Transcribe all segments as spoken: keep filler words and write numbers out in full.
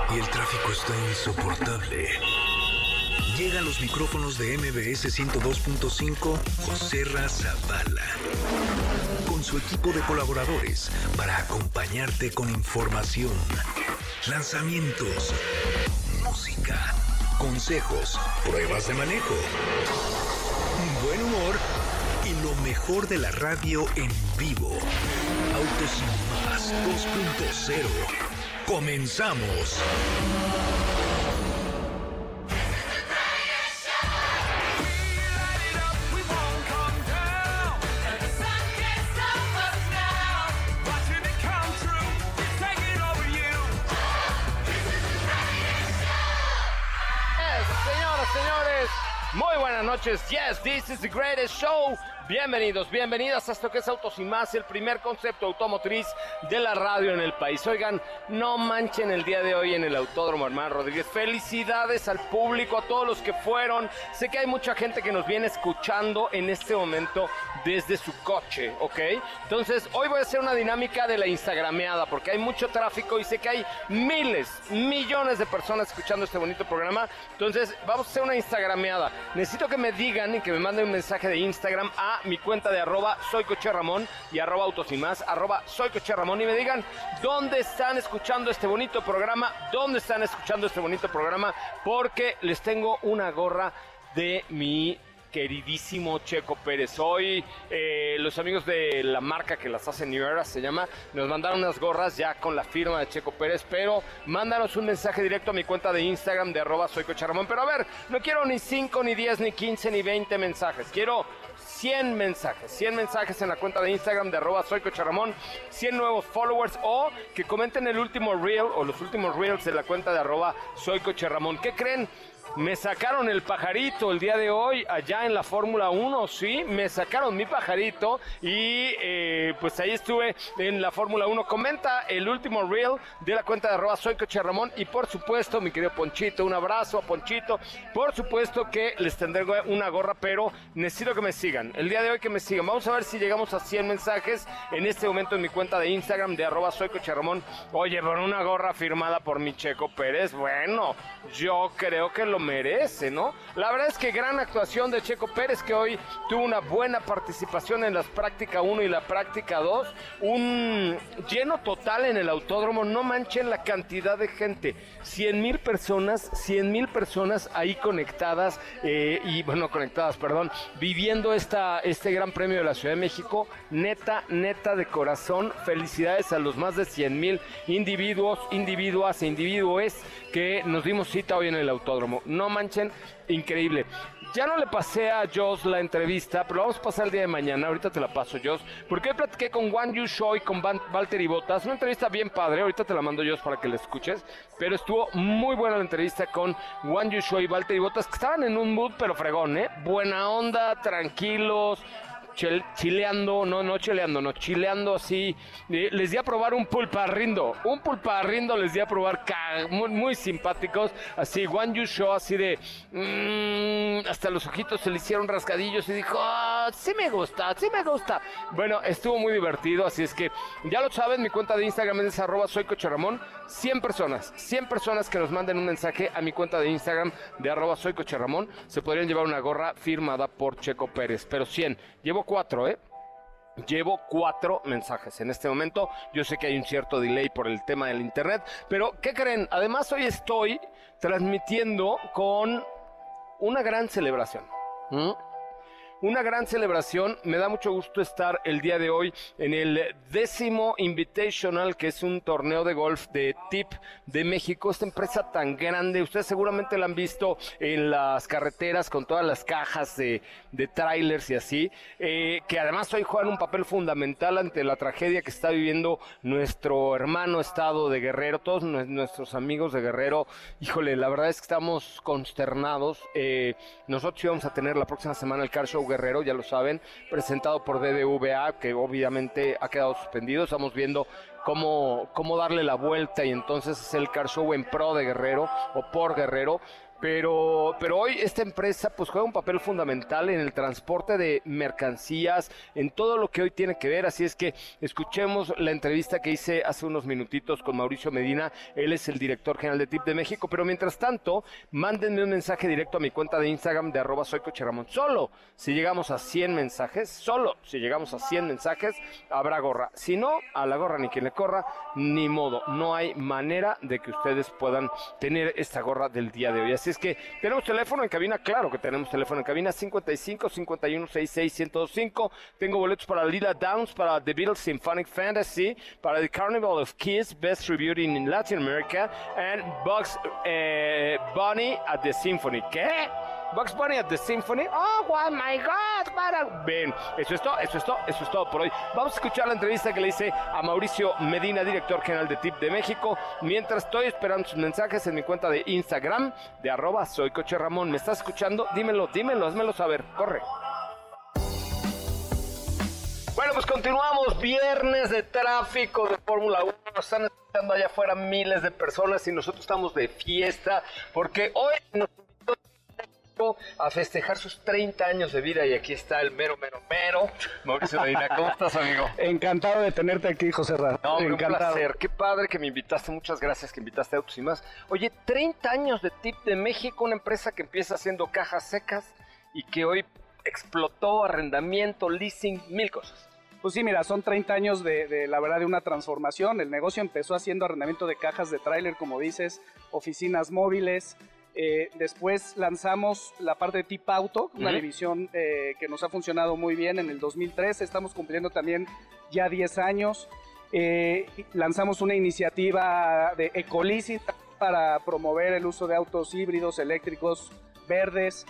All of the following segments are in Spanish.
y el tráfico está insoportable. Llegan los micrófonos de M B S ciento dos punto cinco, José Razabala, con su equipo de colaboradores para acompañarte con información, lanzamientos, música, consejos, pruebas de manejo, buen humor y lo mejor de la radio en vivo. Autos sin más dos punto cero. ¡Comenzamos! Muy buenas noches, yes, this is the greatest show. Bienvenidos, bienvenidas a esto que es Autos y Más, el primer concepto automotriz de la radio en el país. Oigan, no manchen el día de hoy en el Autódromo Hermano Rodríguez. Felicidades al público, a todos los que fueron. Sé que hay mucha gente que nos viene escuchando en este momento desde su coche, ¿ok? Entonces, hoy voy a hacer una dinámica de la instagrameada, porque hay mucho tráfico y sé que hay miles, millones de personas escuchando este bonito programa. Entonces, vamos a hacer una instagrameada. Necesito que me digan y que me manden un mensaje de Instagram a mi cuenta de arroba soy Coche Ramón y arroba Autos y Más, arroba soy Coche Ramón, y me digan dónde están escuchando este bonito programa, dónde están escuchando este bonito programa, porque les tengo una gorra de mi queridísimo Checo Pérez. Hoy eh, los amigos de la marca que las hace New Era, se llama, nos mandaron unas gorras ya con la firma de Checo Pérez, pero mándanos un mensaje directo a mi cuenta de Instagram de arroba soy Coche Ramón. Pero a ver, no quiero ni cinco, ni diez, ni quince, ni veinte mensajes, quiero cien mensajes, cien mensajes en la cuenta de Instagram de arroba soy Coche Ramón, cien nuevos followers, o que comenten el último reel o los últimos reels de la cuenta de arroba soy Coche Ramón. ¿Qué creen? Me sacaron el pajarito el día de hoy allá en la Fórmula uno, sí, me sacaron mi pajarito y eh, pues ahí estuve en la Fórmula uno. Comenta el último reel de la cuenta de arroba soy Coche Ramón, y por supuesto, mi querido Ponchito, un abrazo a Ponchito, por supuesto que les tendré una gorra, pero necesito que me sigan, el día de hoy que me sigan. Vamos a ver si llegamos a cien mensajes en este momento en mi cuenta de Instagram de arroba soy Coche Ramón. Oye, por una gorra firmada por mi Checo Pérez, bueno, yo creo que lo merece, ¿no? La verdad es que gran actuación de Checo Pérez, que hoy tuvo una buena participación en las práctica uno y la práctica dos, un lleno total en el autódromo. No manchen la cantidad de gente, cien mil personas, cien mil personas ahí conectadas, eh, y bueno, conectadas, perdón, viviendo esta, este gran premio de la Ciudad de México. Neta, neta de corazón, felicidades a los más de cien mil individuos, individuas e individuos que nos dimos cita hoy en el autódromo. No manchen, increíble. Ya no le pasé a Jos la entrevista, pero vamos a pasar el día de mañana. Ahorita te la paso, Jos, porque hoy platiqué con Guan Yu Zhou y con Van- Valtteri Bottas. Una entrevista bien padre, ahorita te la mando, Jos, para que la escuches. Pero estuvo muy buena la entrevista con Guan Yu Zhou y Valtteri Bottas, que estaban en un mood pero fregón, ¿eh? Buena onda, tranquilos, chileando, no, no chileando, no, chileando así. Eh, les di a probar un pulparrindo, un pulparrindo les di a probar, muy, muy simpáticos, así, Guan Yu Zhou, así de, mmm, hasta los ojitos se le hicieron rasgadillos y dijo, oh, sí me gusta, sí me gusta. Bueno, estuvo muy divertido, así es que, ya lo saben, mi cuenta de Instagram es arroba soy Coche Ramón. cien personas, cien personas que nos manden un mensaje a mi cuenta de Instagram de arroba soy Coche Ramón, se podrían llevar una gorra firmada por Checo Pérez, pero cien, llevo cuatro, ¿eh? Llevo cuatro mensajes en este momento. Yo sé que hay un cierto delay por el tema del internet, pero ¿qué creen? Además, hoy estoy transmitiendo con una gran celebración. ¿Mm? Una gran celebración. Me da mucho gusto estar el día de hoy en el décimo Invitational, que es un torneo de golf de T I P de México. Esta empresa tan grande, ustedes seguramente la han visto en las carreteras con todas las cajas de, de trailers y así, eh, que además hoy juegan un papel fundamental ante la tragedia que está viviendo nuestro hermano estado de Guerrero, todos nuestros amigos de Guerrero. Híjole, la verdad es que estamos consternados. Eh, nosotros íbamos a tener la próxima semana el Car Show Guerrero, ya lo saben, presentado por B B V A, que obviamente ha quedado suspendido. Estamos viendo cómo, cómo darle la vuelta y entonces hacer el Car Show en pro de Guerrero o por Guerrero. Pero, pero hoy esta empresa pues juega un papel fundamental en el transporte de mercancías, en todo lo que hoy tiene que ver, así es que escuchemos la entrevista que hice hace unos minutitos con Mauricio Medina, él es el director general de T I P de México, pero mientras tanto, mándenme un mensaje directo a mi cuenta de Instagram de arroba soy Coche Ramón, solo si llegamos a cien mensajes, solo si llegamos a cien mensajes, habrá gorra, si no, a la gorra ni quien le corra, ni modo, no hay manera de que ustedes puedan tener esta gorra del día de hoy, así es que tenemos teléfono en cabina, claro que tenemos teléfono en cabina, cincuenta y cinco, cincuenta y uno, sesenta y seis, ciento cinco. Tengo boletos para Lila Downs, para The Beatles Symphonic Fantasy, para The Carnival of Kids, Best Reviewed in Latin America, and Bugs eh, Bunny at the Symphony. ¿Qué? Bugs Bunny at the Symphony. Oh, oh my God. Para... Bien, eso es todo, eso es todo, eso es todo por hoy. Vamos a escuchar la entrevista que le hice a Mauricio Medina, director general de T I P de México. Mientras estoy esperando sus mensajes en mi cuenta de Instagram, de arroba soy Coche Ramón. ¿Me estás escuchando? Dímelo, dímelo, házmelo saber. Corre. Bueno, pues continuamos, viernes de tráfico de Fórmula uno, nos están escuchando allá afuera miles de personas y nosotros estamos de fiesta porque hoy nos invitó a festejar sus treinta años de vida y aquí está el mero, mero, mero, Mauricio Medina. ¿Cómo estás, amigo? Encantado de tenerte aquí, José Ra. No, hombre, Encantado. Un placer, qué padre que me invitaste, muchas gracias que invitaste a Autos y Más. Oye, treinta años de T I P de México, una empresa que empieza haciendo cajas secas y que hoy explotó arrendamiento, leasing, mil cosas. Pues sí, mira, son treinta años de, de, la verdad, de una transformación. El negocio empezó haciendo arrendamiento de cajas de tráiler, como dices, oficinas móviles. Eh, después lanzamos la parte de T I P Auto, una uh-huh. división eh, que nos ha funcionado muy bien en el dos mil trece. Estamos cumpliendo también ya diez años. Eh, lanzamos una iniciativa de ecoleasing para promover el uso de autos híbridos, eléctricos, verdes.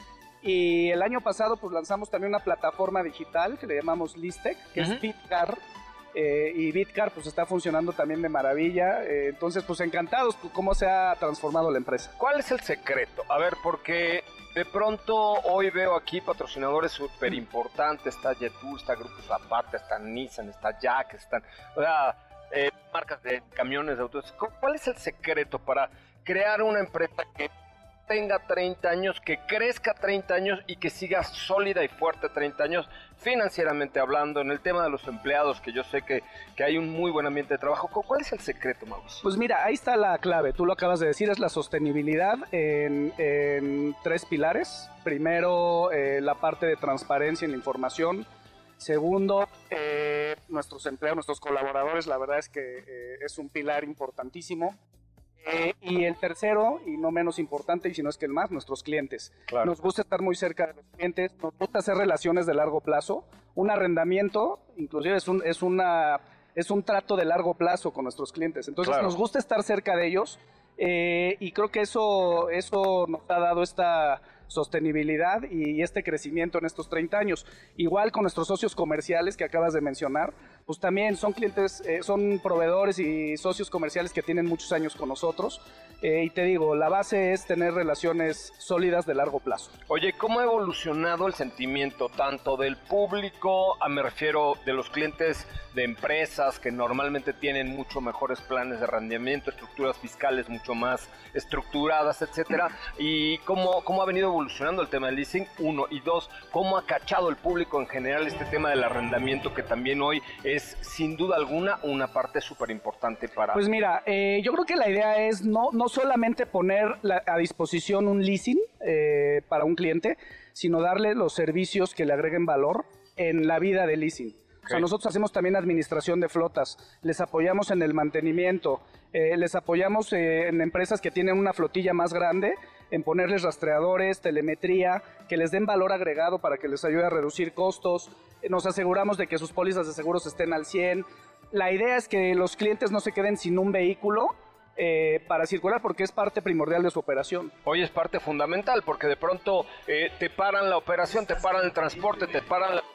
Y el año pasado pues lanzamos también una plataforma digital que le llamamos Listec, que uh-huh. es Bitcar, eh, y Bitcar pues está funcionando también de maravilla, eh, entonces pues encantados con cómo se ha transformado la empresa. ¿Cuál es el secreto? A ver, porque de pronto hoy veo aquí patrocinadores súper importantes, está Jetour, está Grupo Zapata, está Nissan, está Jack, están, o sea, eh, marcas de camiones, de autos. ¿Cuál es el secreto para crear una empresa que tenga treinta años, que crezca treinta años y que siga sólida y fuerte treinta años, financieramente hablando, en el tema de los empleados, que yo sé que, que hay un muy buen ambiente de trabajo? ¿Cuál es el secreto, Mauricio? Pues mira, ahí está la clave, tú lo acabas de decir, es la sostenibilidad en, en tres pilares. Primero, eh, la parte de transparencia en la información. Segundo, eh, nuestros empleados, nuestros colaboradores, la verdad es que eh, es un pilar importantísimo. Eh, y el tercero, y no menos importante, y si no es que el más, nuestros clientes. Claro. Nos gusta estar muy cerca de los clientes, nos gusta hacer relaciones de largo plazo. Un arrendamiento, inclusive, es un, es una, es un trato de largo plazo con nuestros clientes. Entonces, claro, nos gusta estar cerca de ellos, eh, y creo que eso, eso nos ha dado esta sostenibilidad y este crecimiento en estos treinta años. Igual con nuestros socios comerciales que acabas de mencionar, pues también son clientes, eh, son proveedores y socios comerciales que tienen muchos años con nosotros. Eh, y te digo, la base es tener relaciones sólidas de largo plazo. Oye, ¿cómo ha evolucionado el sentimiento tanto del público, a, me refiero de los clientes de empresas que normalmente tienen mucho mejores planes de arrendamiento, estructuras fiscales mucho más estructuradas, etcétera? Y cómo, cómo ha venido evolucionando el tema del leasing, uno, y dos, cómo ha cachado el público en general este tema del arrendamiento, que también hoy es sin duda alguna una parte súper importante para... Pues mira, eh, yo creo que la idea es no, no solamente poner la, a disposición un leasing eh, para un cliente, sino darle los servicios que le agreguen valor en la vida del leasing. O sea, nosotros hacemos también administración de flotas, les apoyamos en el mantenimiento, eh, les apoyamos eh, en empresas que tienen una flotilla más grande, en ponerles rastreadores, telemetría, que les den valor agregado para que les ayude a reducir costos. Nos aseguramos de que sus pólizas de seguros estén al cien. La idea es que los clientes no se queden sin un vehículo eh, para circular, porque es parte primordial de su operación. Hoy es parte fundamental, porque de pronto eh, te paran la operación, te paran el transporte, te paran la...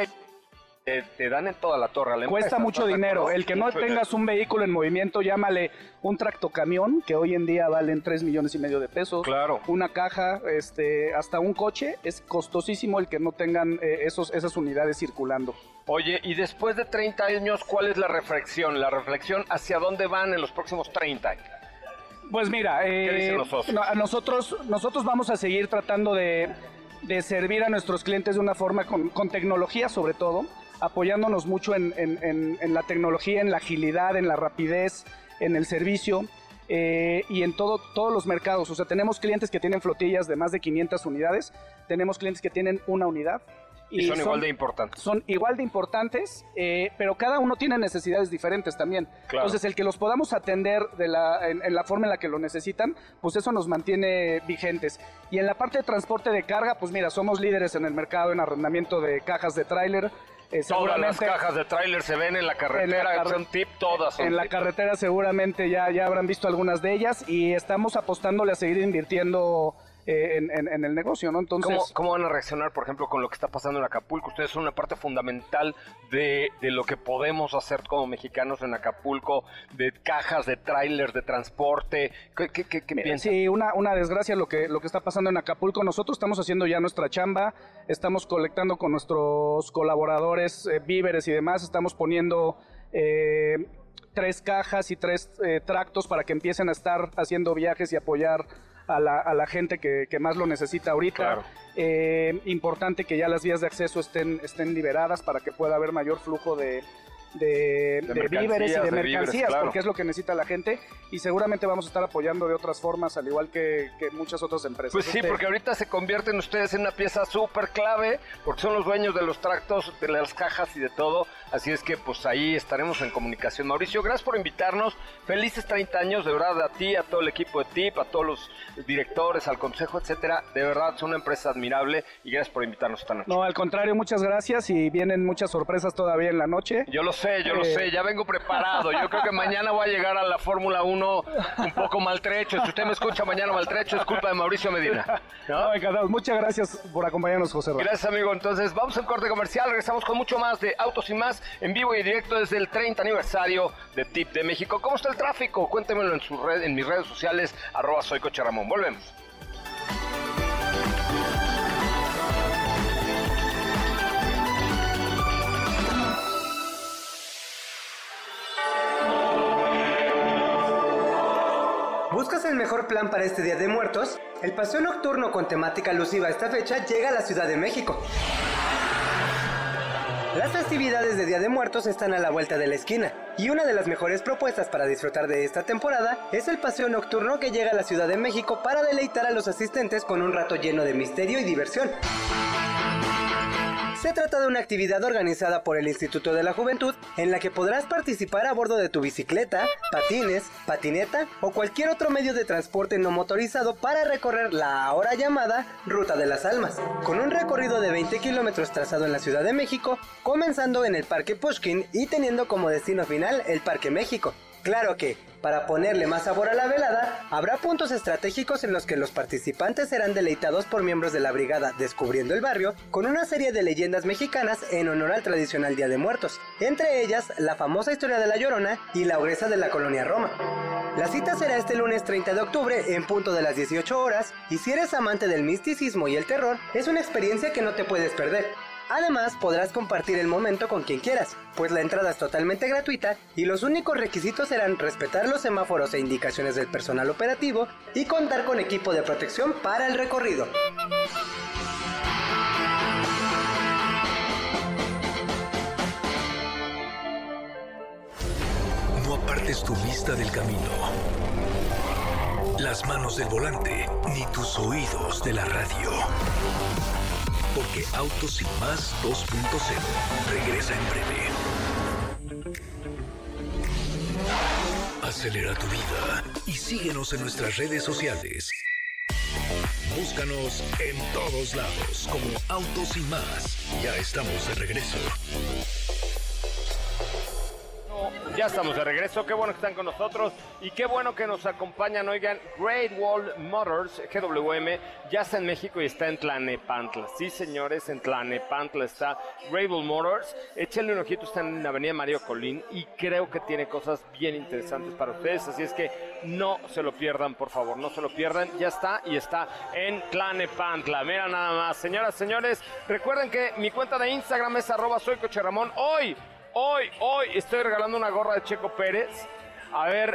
Te, te dan en toda la torre a la Cuesta empresa, mucho dinero. El que no tengas un vehículo en movimiento, llámale un tractocamión, que hoy en día valen tres millones y medio de pesos. Claro. Una caja, este, hasta un coche. Es costosísimo el que no tengan eh, esos, esas unidades circulando. Oye, y después de treinta años, ¿cuál es la reflexión? La reflexión hacia dónde van en los próximos treinta años. Pues mira, eh, ¿Qué dicen los socios? no, a nosotros, nosotros vamos a seguir tratando de, de servir a nuestros clientes de una forma con, con tecnología sobre todo, apoyándonos mucho en, en, en, en la tecnología, en la agilidad, en la rapidez, en el servicio. Eh, y en todo, todos los mercados. O sea, tenemos clientes que tienen flotillas de más de quinientas unidades, tenemos clientes que tienen una unidad. Y, y son, son igual de importantes. Son igual de importantes, eh, pero cada uno tiene necesidades diferentes también. Claro. Entonces, el que los podamos atender de la, en, en la forma en la que lo necesitan, pues eso nos mantiene vigentes. Y en la parte de transporte de carga, pues mira, somos líderes en el mercado en arrendamiento de cajas de tráiler. Eh, todas las cajas de tráiler se ven en la carretera, en la son tip, todas son En tip. la carretera seguramente ya, ya habrán visto algunas de ellas y estamos apostándole a seguir invirtiendo eh, en, en, en el negocio, ¿no? Entonces, ¿Cómo, ¿Cómo van a reaccionar, por ejemplo, con lo que está pasando en Acapulco? Ustedes son una parte fundamental de, de lo que podemos hacer como mexicanos en Acapulco, de cajas, de tráiler, de transporte. ¿Qué, qué, qué, qué piensan? Sí, una, una desgracia lo que, lo que está pasando en Acapulco. Nosotros estamos haciendo ya nuestra chamba, estamos colectando con nuestros colaboradores eh, víveres y demás, estamos poniendo eh, tres cajas y tres eh, tractos para que empiecen a estar haciendo viajes y apoyar a la, a la gente que, que más lo necesita ahorita. Claro. Eh, importante que ya las vías de acceso estén, estén liberadas para que pueda haber mayor flujo de, de, de, de víveres y de, de mercancías, víveres, claro. porque es lo que necesita la gente y seguramente vamos a estar apoyando de otras formas, al igual que, que muchas otras empresas. Pues sí, este, porque ahorita se convierten ustedes en una pieza súper clave, porque son los dueños de los tractos, de las cajas y de todo, así es que pues ahí estaremos en comunicación. Mauricio, gracias por invitarnos, felices treinta años, de verdad, a ti, a todo el equipo de T I P, a todos los directores, al consejo, etcétera, de verdad, son una empresa admirable y gracias por invitarnos esta noche. No, al contrario, muchas gracias y vienen muchas sorpresas todavía en la noche. Yo lo sé, yo eh... lo sé, ya vengo preparado, yo creo que mañana voy a llegar a la Fórmula uno un poco maltrecho, si usted me escucha mañana maltrecho es culpa de Mauricio Medina. ¿No? No, encantados. Muchas gracias por acompañarnos, José Rafael. Gracias, amigo. Entonces, vamos a un corte comercial. Regresamos con mucho más de Autos y Más en vivo y directo desde el treinta aniversario de T I P de México. ¿Cómo está el tráfico? Cuéntemelo en, su red, en mis redes sociales, arroba soy Coche Ramón. Volvemos. ¿Buscas el mejor plan para este Día de Muertos? El paseo nocturno con temática alusiva a esta fecha llega a la Ciudad de México. Las festividades de Día de Muertos están a la vuelta de la esquina, y una de las mejores propuestas para disfrutar de esta temporada es el paseo nocturno que llega a la Ciudad de México para deleitar a los asistentes con un rato lleno de misterio y diversión. Se trata de una actividad organizada por el Instituto de la Juventud en la que podrás participar a bordo de tu bicicleta, patines, patineta o cualquier otro medio de transporte no motorizado para recorrer la ahora llamada Ruta de las Almas, con un recorrido de veinte kilómetros trazado en la Ciudad de México, comenzando en el Parque Pushkin y teniendo como destino final el Parque México. Claro que, para ponerle más sabor a la velada, habrá puntos estratégicos en los que los participantes serán deleitados por miembros de la brigada Descubriendo el Barrio con una serie de leyendas mexicanas en honor al tradicional Día de Muertos, entre ellas la famosa historia de La Llorona y la ogresa de la colonia Roma. La cita será este lunes treinta de octubre en punto de las dieciocho horas y si eres amante del misticismo y el terror, es una experiencia que no te puedes perder. Además, podrás compartir el momento con quien quieras, pues la entrada es totalmente gratuita y los únicos requisitos serán respetar los semáforos e indicaciones del personal operativo y contar con equipo de protección para el recorrido. No apartes tu vista del camino, las manos del volante, ni tus oídos de la radio. Porque Autos y Más dos punto cero regresa en breve. Acelera tu vida y síguenos en nuestras redes sociales. Búscanos en todos lados como Autos y Más. Ya estamos de regreso. Ya estamos de regreso, qué bueno que están con nosotros y qué bueno que nos acompañan. Oigan, Great Wall Motors, G W M, ya está en México y está en Tlalnepantla. Sí, señores, en Tlalnepantla está Great Wall Motors. Échenle un ojito, está en la avenida Mario Colín y creo que tiene cosas bien interesantes para ustedes. Así es que no se lo pierdan, por favor, no se lo pierdan. Ya está y está en Tlalnepantla. Mira nada más, señoras, señores, recuerden que mi cuenta de Instagram es arroba soy Coche Ramón. Hoy Hoy, hoy estoy regalando una gorra de Checo Pérez. A ver,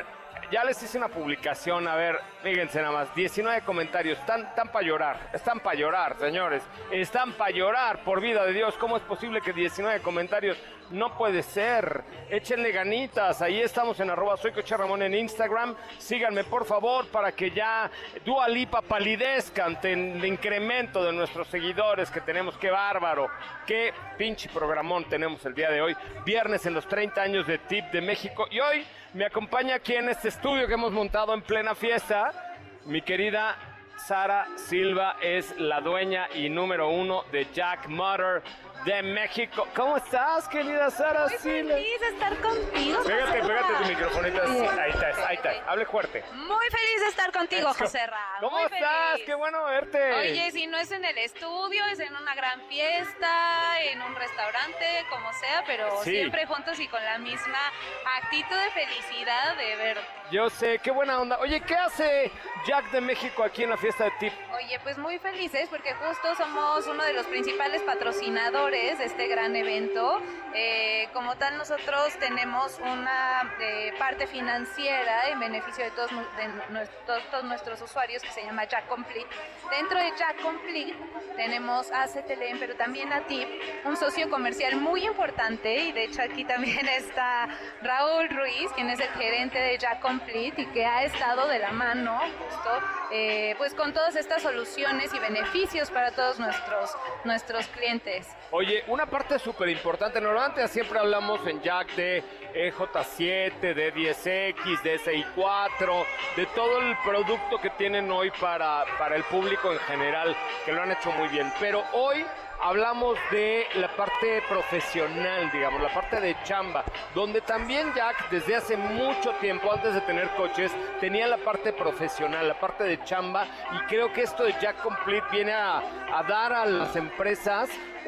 ya les hice una publicación, a ver, fíjense nada más, diecinueve comentarios, están, están para llorar, están para llorar, señores, están para llorar, por vida de Dios, ¿cómo es posible que diecinueve comentarios? No puede ser, échenle ganitas, ahí estamos en arroba soy Coche Ramón en Instagram, síganme por favor para que ya Dua Lipa palidezca ante el incremento de nuestros seguidores que tenemos, qué bárbaro, qué pinche programón tenemos el día de hoy, viernes en los treinta años de Tip de México, y hoy me acompaña aquí en este estudio que hemos montado en plena fiesta, mi querida Sara Silva, es la dueña y número uno de Jack Motor de México. ¿Cómo estás, querida Sara Muy Silva? feliz de estar contigo. Pégate, Joserra. pégate tu microfonito. Sí. Ahí está, ahí está. Hable fuerte. Muy feliz de estar contigo, Joserra. ¿Cómo Muy estás? feliz. Qué bueno verte. Oye, si no es en el estudio, es en una gran fiesta, en un restaurante, como sea, pero Sí. siempre juntos y con la misma actitud de felicidad de verte. Yo sé, qué buena onda. Oye, ¿qué hace Jack de México aquí en la fiesta de Tip? Oye, pues muy felices porque justo somos uno de los principales patrocinadores de este gran evento. Eh, como tal, nosotros tenemos una eh, parte financiera en beneficio de todos, nu- de nuestros, todos nuestros usuarios que se llama Jack Complete. Dentro de Jack Complete tenemos a C T L M, pero también a Tip, un socio comercial muy importante, y de hecho aquí también está Raúl Ruiz, quien es el gerente de Jack Complete y que ha estado de la mano justo eh, pues con todas estas soluciones y beneficios para todos nuestros, nuestros clientes. Oye, una parte súper importante, normalmente siempre hablamos en Jack de E J siete, de diez X, de S I cuatro, de todo el producto que tienen hoy para, para el público en general, que lo han hecho muy bien, pero hoy hablamos de la parte profesional, digamos, la parte de chamba, donde también Jack desde hace mucho tiempo, antes de tener coches, tenía la parte profesional, la parte de chamba, y creo que esto de Jack Complete viene a, a dar a las empresas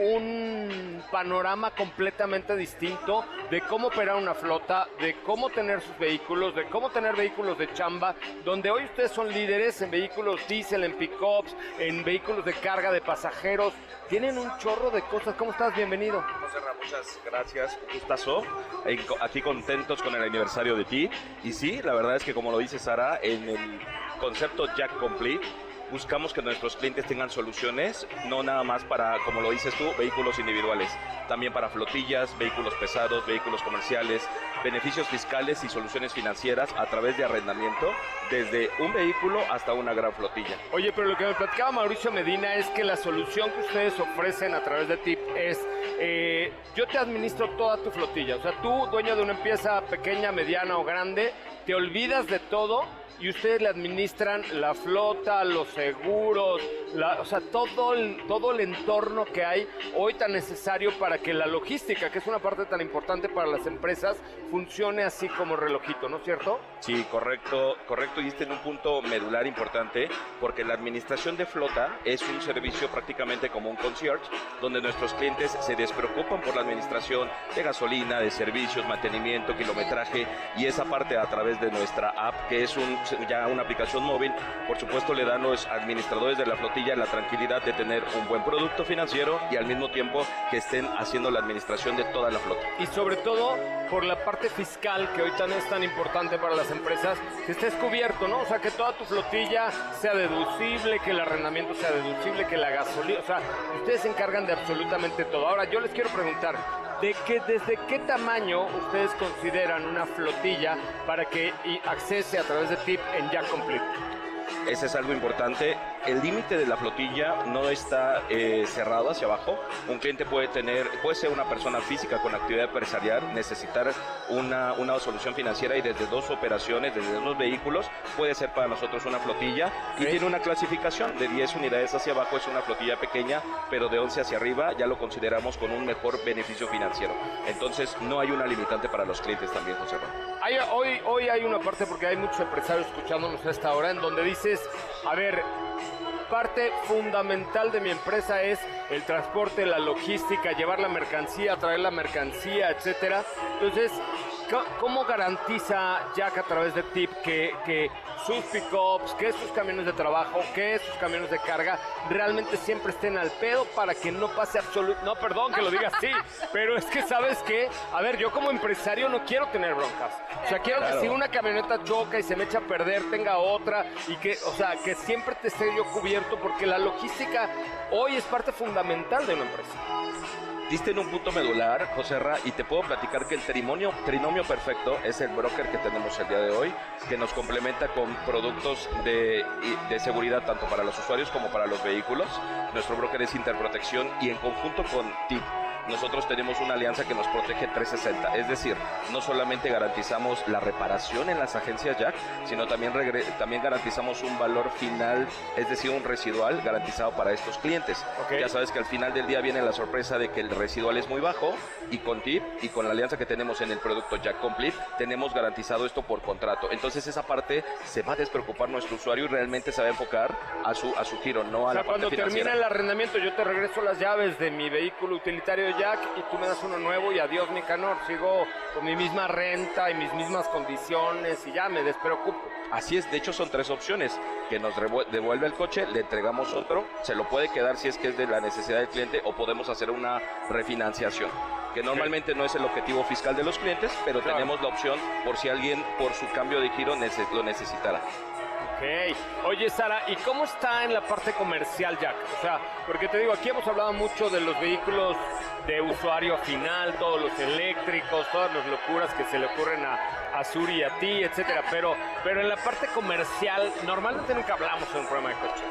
un panorama completamente distinto de cómo operar una flota, de cómo tener sus vehículos, de cómo tener vehículos de chamba, donde hoy ustedes son líderes en vehículos diésel, en pick-ups, en vehículos de carga de pasajeros, tienen un chorro de cosas. ¿Cómo estás? Bienvenido. Joserra, muchas gracias, un gustazo, Eh, co- aquí contentos con el aniversario de ti, y sí, la verdad es que como lo dice Sara, en el concepto Jack Complete, buscamos que nuestros clientes tengan soluciones, no nada más para, como lo dices tú, vehículos individuales, también para flotillas, vehículos pesados, vehículos comerciales, beneficios fiscales y soluciones financieras a través de arrendamiento, desde un vehículo hasta una gran flotilla. Oye, pero lo que me platicaba Mauricio Medina es que la solución que ustedes ofrecen a través de Tip es, eh, yo te administro toda tu flotilla, o sea, tú, dueño de una empresa pequeña, mediana o grande, te olvidas de todo y ustedes le administran la flota, los seguros, la, o sea, todo el, todo el entorno que hay hoy tan necesario para que la logística, que es una parte tan importante para las empresas, funcione así como relojito, ¿no es cierto? Sí, correcto, correcto, y diste en un punto medular importante, porque la administración de flota es un servicio prácticamente como un concierge, donde nuestros clientes se despreocupan por la administración de gasolina, de servicios, mantenimiento, kilometraje, y esa parte a través de nuestra app, que es un, ya una aplicación móvil, por supuesto le dan a los administradores de la flotilla la tranquilidad de tener un buen producto financiero y al mismo tiempo que estén haciendo la administración de toda la flota. Y sobre todo por la parte fiscal, que hoy tan es tan importante para las empresas, que estés cubierto, ¿no? O sea, que toda tu flotilla sea deducible, que el arrendamiento sea deducible, que la gasolina, o sea, ustedes se encargan de absolutamente todo. Ahora, yo les quiero preguntar, ¿de qué, desde qué tamaño ustedes consideran una flotilla para que y accese a través de Tip en Jack Complete? Ese es algo importante. El límite de la flotilla no está eh, cerrado hacia abajo. Un cliente puede tener, puede ser una persona física con actividad empresarial, necesitar una, una solución financiera y desde dos operaciones, desde dos vehículos, puede ser para nosotros una flotilla y ¿Sí? tiene una clasificación de diez unidades hacia abajo, es una flotilla pequeña, pero de once hacia arriba ya lo consideramos con un mejor beneficio financiero. Entonces no hay una limitante para los clientes también, José Ramón. Hay, hoy, hoy hay una parte, porque hay muchos empresarios escuchándonos a esta hora, en donde dices, a ver, parte fundamental de mi empresa es el transporte, la logística, llevar la mercancía, traer la mercancía, etcétera. Entonces, ¿Cómo garantiza Jack a través de Tip que, que sus pick-ups, que sus camiones de trabajo, que sus camiones de carga realmente siempre estén al pedo para que no pase absoluto... No, perdón que lo diga así, pero es que, ¿sabes qué? A ver, yo como empresario no quiero tener broncas. O sea, quiero Claro. que si una camioneta choca y se me echa a perder, tenga otra y que, o sea, que siempre te esté yo cubierto porque la logística hoy es parte fundamental de una empresa. Diste en un punto medular, José Ra, y te puedo platicar que el trinomio, trinomio perfecto es el broker que tenemos el día de hoy, que nos complementa con productos de, de seguridad tanto para los usuarios como para los vehículos. Nuestro broker es Interprotección y en conjunto con Tip, nosotros tenemos una alianza que nos protege trescientos sesenta, es decir, no solamente garantizamos la reparación en las agencias Jack, sino también, regre- también garantizamos un valor final, es decir, un residual garantizado para estos clientes. Ok. Ya sabes que al final del día viene la sorpresa de que el residual es muy bajo y con Tip y con la alianza que tenemos en el producto Jack Complete, tenemos garantizado esto por contrato. Entonces esa parte se va a despreocupar nuestro usuario y realmente se va a enfocar a su, a su giro, no a O sea, la parte cuando financiera. termina el arrendamiento, yo te regreso las llaves de mi vehículo utilitario Jack y tú me das uno nuevo y adiós, Nicanor. Sigo con mi misma renta y mis mismas condiciones y ya me despreocupo. Así es, de hecho son tres opciones, que nos revu- devuelve el coche, le entregamos otro, se lo puede quedar si es que es de la necesidad del cliente o podemos hacer una refinanciación, que normalmente no es el objetivo fiscal de los clientes, pero Claro. tenemos la opción por si alguien por su cambio de giro nece- lo necesitara. Ok. Oye, Sara, ¿y cómo está en la parte comercial, Jack? O sea, porque te digo, aquí hemos hablado mucho de los vehículos de usuario final, todos los eléctricos, todas las locuras que se le ocurren a, a Suri y a ti, etcétera. Pero, pero en la parte comercial, normalmente nunca hablamos en un programa de coches.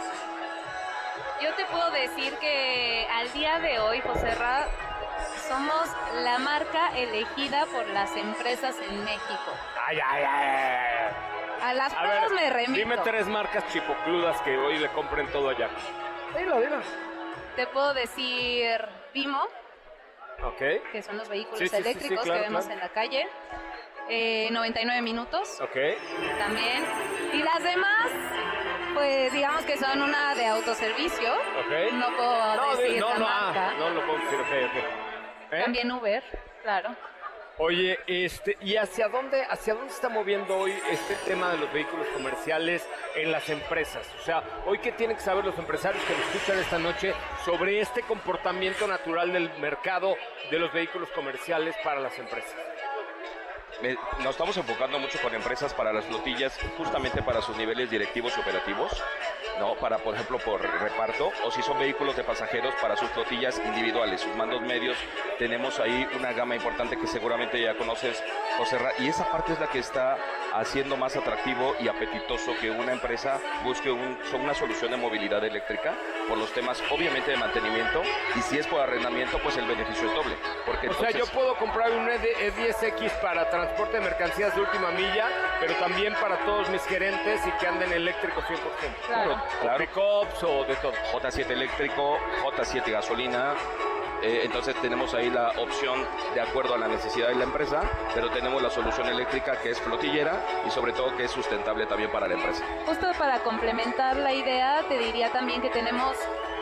Yo te puedo decir que al día de hoy, José Ra, somos la marca elegida por las empresas en México. Ay, ay, ay. A las A pruebas ver, me remito. dime tres marcas chipocludas que hoy le compren todo a Jack. Dilo, dilo. Te puedo decir Vimo, Ok. que son los vehículos Sí, sí, sí, sí, eléctricos claro, que vemos claro. en la calle. Eh, noventa y nueve minutos Ok. también. Y las demás, pues digamos que son una de autoservicio. Ok. No puedo No, decir di- no, la no, ah, marca. no lo puedo decir, ok, ok. ¿Eh? También Uber, claro. Oye, este, ¿y hacia dónde, hacia dónde está moviendo hoy este tema de los vehículos comerciales en las empresas? O sea, hoy qué tienen que saber los empresarios que nos escuchan esta noche sobre este comportamiento natural del mercado de los vehículos comerciales para las empresas. Me- Nos estamos enfocando mucho con empresas para las flotillas, justamente para sus niveles directivos y operativos, ¿no? Para, por ejemplo, por reparto, o si son vehículos de pasajeros, para sus flotillas individuales, sus mandos medios. Tenemos ahí una gama importante que seguramente ya conoces, José Ra, y esa parte es la que está haciendo más atractivo y apetitoso que una empresa busque un, son una solución de movilidad eléctrica por los temas, obviamente, de mantenimiento, y si es por arrendamiento, pues el beneficio es doble. Porque O sea, yo entonces- puedo comprar un E diez X para transporte de mercancías de última milla, pero también para todos mis gerentes y que anden eléctricos cien por ciento. Claro. Claro. O pickups o de todo. J siete eléctrico, J siete gasolina. Eh, entonces tenemos ahí la opción de acuerdo a la necesidad de la empresa, pero tenemos la solución eléctrica que es flotillera y sobre todo que es sustentable también para la empresa. Justo para complementar la idea, te diría también que tenemos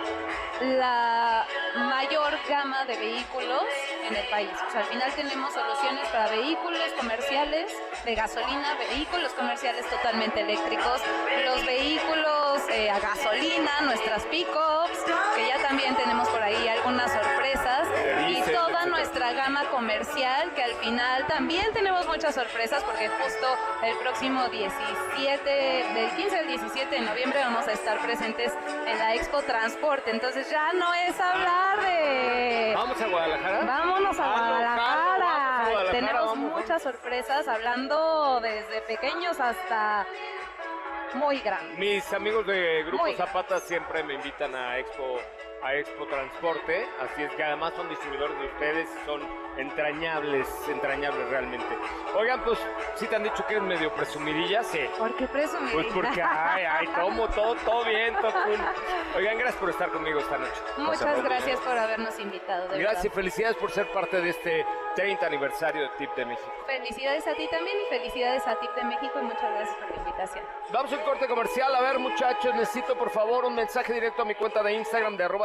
la mayor gama de vehículos en el país. O sea, al final tenemos soluciones para vehículos comerciales de gasolina, vehículos comerciales totalmente eléctricos, los vehículos eh, a gasolina, nuestras pickups, que ya también tenemos por ahí algunas sorpresas, y Diésel, toda etcétera. nuestra gama comercial, que al final también tenemos muchas sorpresas, porque justo el próximo diecisiete, del quince al diecisiete de noviembre vamos a estar presentes en la Expo Transporte. Entonces ya no es hablar de... ¿Vamos a Guadalajara? Vámonos a Ah, no, Guadalajara. claro, vamos a Guadalajara, Tenemos vamos, vamos. muchas sorpresas, hablando desde pequeños hasta muy grandes. Mis amigos de Grupo Muy bien. Zapata siempre me invitan a Expo, a Expo Transporte, así es que además son distribuidores de ustedes, son entrañables, entrañables realmente. Oigan, pues, ¿sí te han dicho que eres medio presumidilla? Sí. ¿Por qué presumir? Pues porque, ay, ay, tomo, todo, todo bien, todo cool. Oigan, gracias por estar conmigo esta noche. Muchas gracias por habernos invitado. De Gracias y verdad. felicidades por ser parte de este treinta aniversario de Tip de México. Felicidades a ti también y felicidades a Tip de México y muchas gracias por la invitación. Vamos a un corte comercial. A ver, muchachos, necesito por favor un mensaje directo a mi cuenta de Instagram de arroba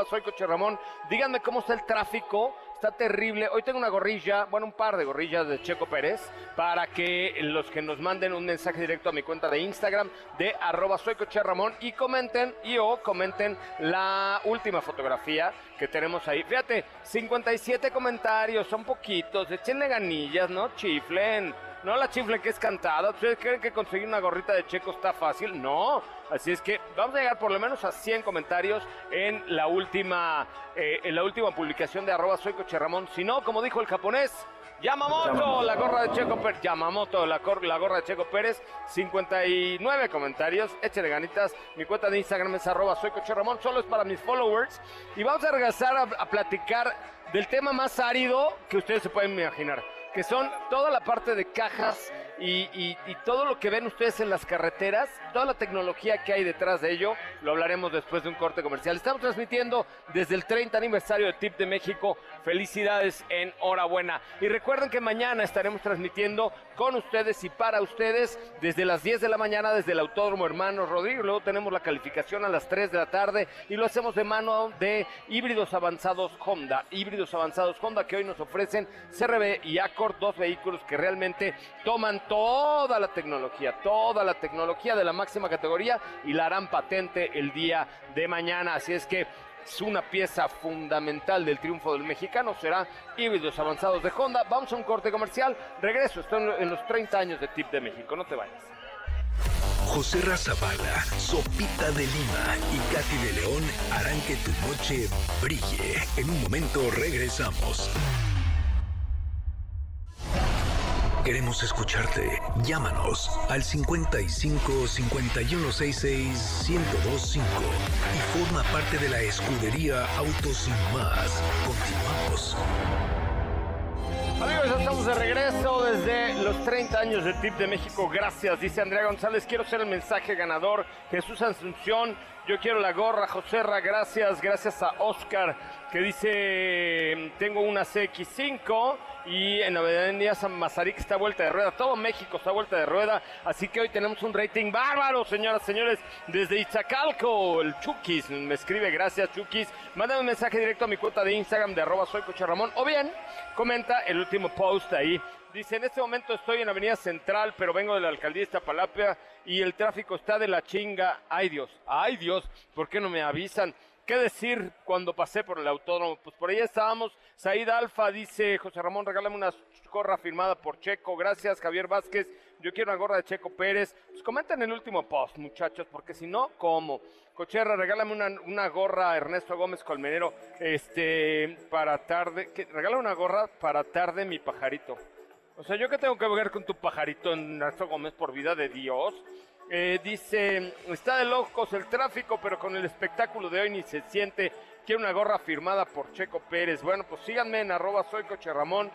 soy Coche Ramón. Díganme cómo está el tráfico. Está terrible. Hoy tengo una gorrilla, bueno, un par de gorrillas de Checo Pérez, para que los que nos manden un mensaje directo a mi cuenta de Instagram de arroba soy Coche Ramón y comenten, y o comenten la última fotografía que tenemos ahí. Fíjate, cincuenta y siete comentarios, son poquitos, échenle ganillas, no chiflen. No la chiflen que es cantada. ¿Ustedes creen que conseguir una gorrita de Checo está fácil? No. Así es que vamos a llegar por lo menos a cien comentarios en la última eh, en la última publicación de arroba soy Coche Ramón. Si no, como dijo el japonés, Yamamoto, la gorra de Checo Pérez. Yamamoto, la, cor la gorra de Checo Pérez. cincuenta y nueve comentarios. Échenle ganitas. Mi cuenta de Instagram es arroba soy Coche Ramón. Solo es para mis followers. Y vamos a regresar a, a platicar del tema más árido que ustedes se pueden imaginar, que son toda la parte de cajas y, y, y todo lo que ven ustedes en las carreteras, toda la tecnología que hay detrás de ello. Lo hablaremos después de un corte comercial. Estamos transmitiendo desde el treinta aniversario de T I P de México. Felicidades, enhorabuena. Y recuerden que mañana estaremos transmitiendo con ustedes y para ustedes desde las diez de la mañana desde el Autódromo Hermanos Rodríguez. Luego tenemos la calificación a las tres de la tarde y lo hacemos de mano de híbridos avanzados Honda. Híbridos avanzados Honda que hoy nos ofrecen C R V y Accord, dos vehículos que realmente toman toda la tecnología, toda la tecnología de la máxima categoría y la harán patente el día de mañana. Así es que es una pieza fundamental del triunfo del mexicano, será híbridos avanzados de Honda. Vamos a un corte comercial, regreso, estoy en los treinta años de T I P de México, no te vayas. José Razabala, Sopita de Lima y Katy de León harán que tu noche brille. En un momento regresamos. Queremos escucharte. Llámanos al cincuenta y cinco, cincuenta y uno, sesenta y seis, ciento veinticinco y forma parte de la escudería Autos Sin Más. Continuamos. Amigos, ya estamos de regreso desde los treinta años de T I P de México. Gracias, dice Andrea González. Quiero ser el mensaje ganador. Jesús Asunción, yo quiero la gorra. Joserra, gracias. Gracias a Oscar, que dice, tengo una C X cinco y en Avenida San Mazarik está vuelta de rueda. Todo México está vuelta de rueda. Así que hoy tenemos un rating bárbaro, señoras y señores. Desde Iztacalco, el Chukis me escribe, gracias Chukis. Mándame un mensaje directo a mi cuenta de Instagram de arroba soy Coche Ramón. O bien, comenta el último post ahí. Dice, en este momento estoy en Avenida Central, pero vengo de la Alcaldía de Iztapalapa y el tráfico está de la chinga. Ay Dios, ay Dios, ¿por qué no me avisan? ¿Qué decir cuando pasé por el autódromo? Pues por ahí estábamos. Said Alfa dice, José Ramón, regálame una gorra firmada por Checo. Gracias, Javier Vázquez. Yo quiero una gorra de Checo Pérez. Pues comenten el último post, muchachos, porque si no, ¿cómo? Cocherra, regálame una, una gorra Ernesto Gómez Colmenero, este, para tarde. ¿Qué? Regálame una gorra para tarde, mi pajarito. O sea, ¿yo qué tengo que ver con tu pajarito, Ernesto Gómez, por vida de Dios? Eh, dice, está de locos el tráfico, pero con el espectáculo de hoy ni se siente. Quiero una gorra firmada por Checo Pérez. Bueno, pues síganme en arroba soy Coche Ramón.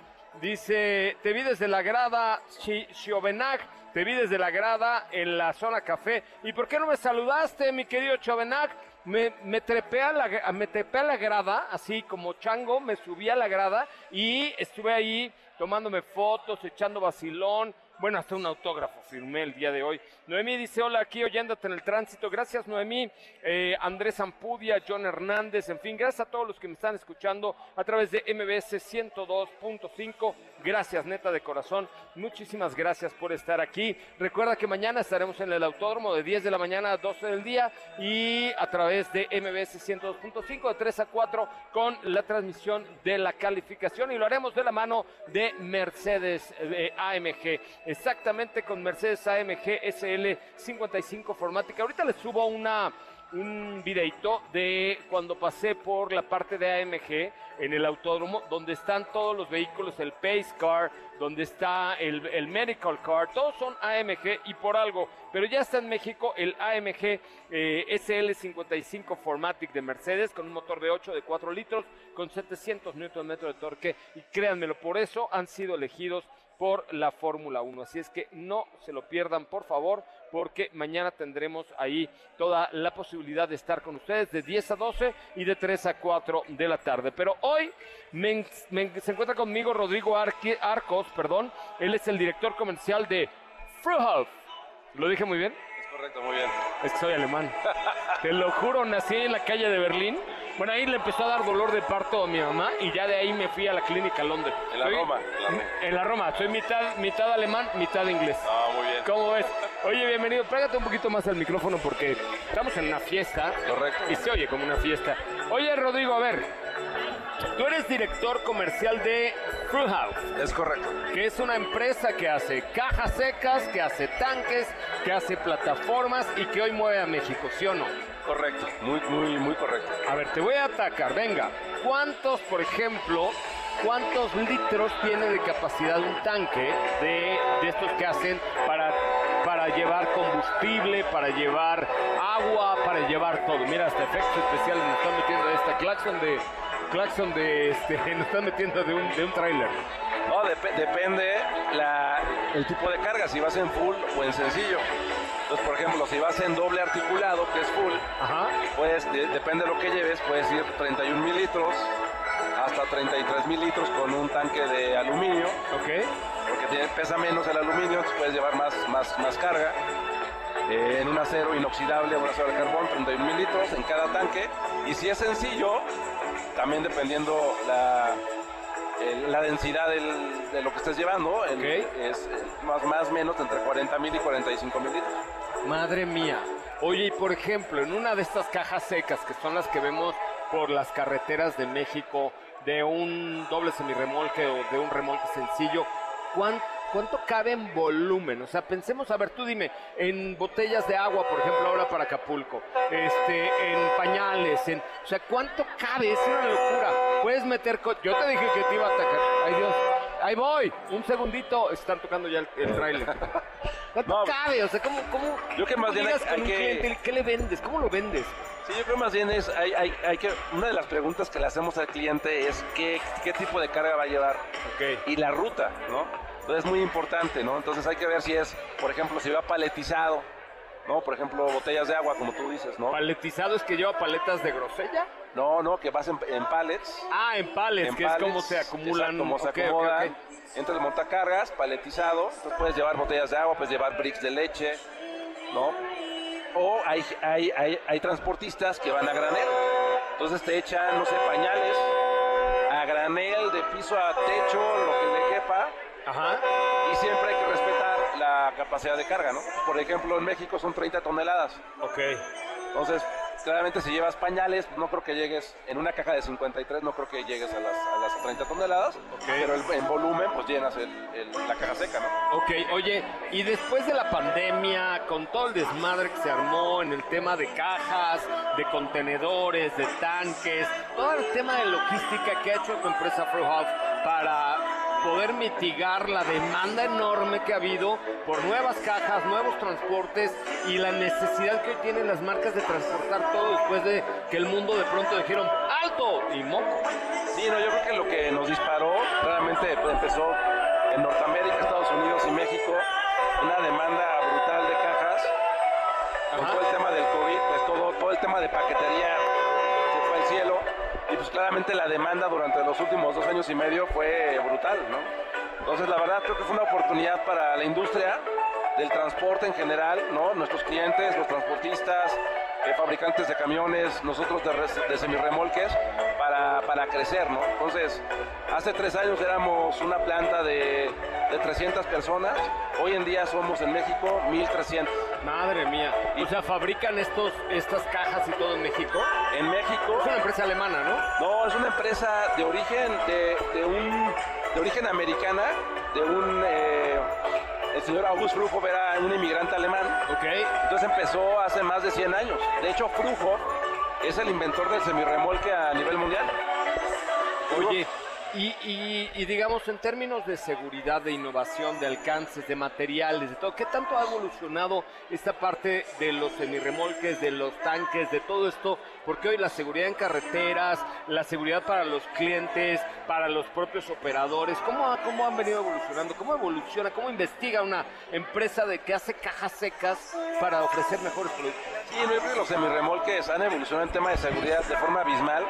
Dice, te vi desde la grada, Chiovenag, te vi desde la grada en la zona café. ¿Y por qué no me saludaste, mi querido Chiovenag? Me, me, trepé a la, me trepé a la grada, así como chango, me subí a la grada y estuve ahí tomándome fotos, echando vacilón. Bueno, hasta un autógrafo firmé el día de hoy. Noemí dice, hola, aquí oyéndote en el tránsito. Gracias, Noemí. Eh, Andrés Ampudia, John Hernández, en fin, gracias a todos los que me están escuchando a través de M B S ciento dos punto cinco. Gracias, neta, de corazón. Muchísimas gracias por estar aquí. Recuerda que mañana estaremos en el autódromo de diez de la mañana a doce del día y a través de M B S ciento dos punto cinco de tres a cuatro con la transmisión de la calificación y lo haremos de la mano de Mercedes eh, A M G. Exactamente, con Mercedes A M G S L cincuenta y cinco Formática. Ahorita les subo una, un videito de cuando pasé por la parte de A M G en el autódromo, donde están todos los vehículos, el Pace Car, donde está el, el Medical Car, todos son A M G y por algo, pero ya está en México el A M G eh, S L cincuenta y cinco Formatic de Mercedes con un motor de ocho de cuatro litros con setecientos newton metros de torque y créanmelo, por eso han sido elegidos por la Fórmula uno, así es que no se lo pierdan, por favor, porque mañana tendremos ahí toda la posibilidad de estar con ustedes de diez a doce y de tres a cuatro de la tarde. Pero hoy me, me, se encuentra conmigo Rodrigo Arque, Arcos, perdón, él es el director comercial de Frühauf. ¿Lo dije muy bien? Es correcto, muy bien. Es que soy alemán. Te lo juro, nací en la calle de Berlín Bueno, ahí le empezó a dar dolor de parto a mi mamá y ya de ahí me fui a la clínica Londres. En la Soy- Roma. En la Roma. En la Roma. Soy mitad, mitad alemán, mitad inglés. Ah, muy bien. ¿Cómo ves? Oye, bienvenido. Pégate un poquito más al micrófono porque estamos en una fiesta. Correcto. Y se oye como una fiesta. Oye, Rodrigo, a ver. Tú eres director comercial de Fruit House, Es correcto. que es una empresa que hace cajas secas, que hace tanques, que hace plataformas y que hoy mueve a México, ¿sí o no? Correcto. Muy, muy, muy correcto. A ver, te voy a atacar, venga. ¿Cuántos, por ejemplo, cuántos litros tiene de capacidad un tanque de, de estos que hacen para, para llevar combustible, para llevar agua, para llevar todo? Mira, hasta efectos especiales nos están metiendo esta claxon de... Claxon de este, nos están metiendo de un, de un tráiler. No, dep- depende la, el tipo de carga, si vas en full o en sencillo. Entonces, por ejemplo, si vas en doble articulado, que es full, Ajá. pues de- depende de lo que lleves, puedes ir treinta y un mil litros hasta treinta y tres mil litros con un tanque de aluminio, Ok. porque tiene- pesa menos el aluminio, entonces puedes llevar más, más, más carga. Eh, en un acero inoxidable o un acero de carbón, treinta y un mil litros en cada tanque. Y si es sencillo, también dependiendo la, el- la densidad del- de lo que estés llevando, el- Ok. es eh, más más menos entre cuarenta mil y cuarenta y cinco mil litros. Madre mía. Oye, y por ejemplo, en una de estas cajas secas, que son las que vemos por las carreteras de México, de un doble semirremolque o de un remolque sencillo, ¿cuán- ¿cuánto cabe en volumen? O sea, pensemos, a ver, tú dime, en botellas de agua, por ejemplo, ahora para Acapulco, este, en pañales, en, o sea, ¿cuánto cabe? Es una locura. Puedes meter, co- yo te dije que te iba a atacar. Ay, Dios. Ahí voy, un segundito, están tocando ya el, el tráiler. ¿Cuánto No. cabe? O sea, ¿cómo, cómo Yo que más cómo bien llegas hay- con hay un que- cliente? ¿Qué le vendes? ¿Cómo lo vendes? Sí, yo creo más bien es, hay, hay, hay que, una de las preguntas que le hacemos al cliente es qué, qué tipo de carga va a llevar Ok. y la ruta, ¿no? Entonces es muy importante, ¿no? Entonces hay que ver si es, por ejemplo, si va paletizado, ¿no? Por ejemplo, botellas de agua, como tú dices, ¿no? ¿Paletizado es que lleva paletas de grosella? No, no, que vas en, en pallets. Ah, en pallets, en que es pallets, como se acumulan. exacto, como se Ok, ok, acomodan. ok. Entra el montacargas, paletizado. Entonces puedes llevar botellas de agua, puedes llevar bricks de leche, ¿no? O hay, hay, hay, hay transportistas que van a granel. Entonces te echan, no sé, pañales a granel, de piso a techo, lo que le quepa. Ajá. Y siempre hay que respetar la capacidad de carga, ¿no? Por ejemplo, en México son treinta toneladas. Ok. Entonces, claramente si llevas pañales, no creo que llegues, en una caja de cincuenta y tres no creo que llegues a las, a las treinta toneladas, pero el- en volumen pues llenas el- el- la caja seca, ¿no? Ok, oye, y después de la pandemia, con todo el desmadre que se armó en el tema de cajas, de contenedores, de tanques, todo el tema de logística que ha hecho tu empresa Fruit House para poder mitigar la demanda enorme que ha habido por nuevas cajas, nuevos transportes y la necesidad que hoy tienen las marcas de transportar todo después de que el mundo de pronto dijeron ¡alto! Y moco. Sí, no, yo creo que lo que nos disparó realmente pues, empezó en Norteamérica, Estados Unidos y México, una demanda brutal de cajas, con Ajá. todo el tema del COVID, pues todo, todo el tema de paquetería se fue al cielo, y pues claramente la demanda durante los últimos dos años y medio fue brutal, ¿no? Entonces la verdad creo que fue una oportunidad para la industria del transporte en general, ¿no? Nuestros clientes, los transportistas, eh, fabricantes de camiones, nosotros de, res- de semirremolques, para, para crecer, ¿no? Entonces, hace tres años éramos una planta de, de trescientas personas, hoy en día somos en México mil trescientos. Madre mía. O sea, fabrican estos, estas cajas y todo en México. En México... Es una empresa alemana, ¿no? No, es una empresa de origen, de, de un, de origen americana, de un... eh, el señor August Fruhoff era un inmigrante alemán. Ok. Entonces empezó hace más de cien años. De hecho, Fruhoff es el inventor del semirremolque a nivel mundial. Oye, y, y- y digamos, en términos de seguridad, de innovación, de alcances, de materiales, de todo, ¿qué tanto ha evolucionado esta parte de los semirremolques, de los tanques, de todo esto? Porque hoy la seguridad en carreteras, la seguridad para los clientes, para los propios operadores, ¿cómo, ha- cómo han venido evolucionando? ¿Cómo evoluciona? ¿Cómo investiga una empresa de que hace cajas secas para ofrecer mejores productos? Sí, no, yo creo que los semirremolques han evolucionado en tema de seguridad de forma abismal.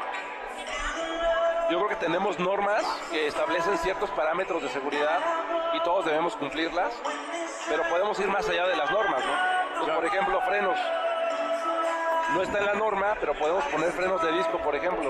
Yo creo que tenemos normas que establecen ciertos parámetros de seguridad y todos debemos cumplirlas, pero podemos ir más allá de las normas, ¿no? Pues, por ejemplo, frenos. no está en la norma, pero podemos poner frenos de disco, por ejemplo.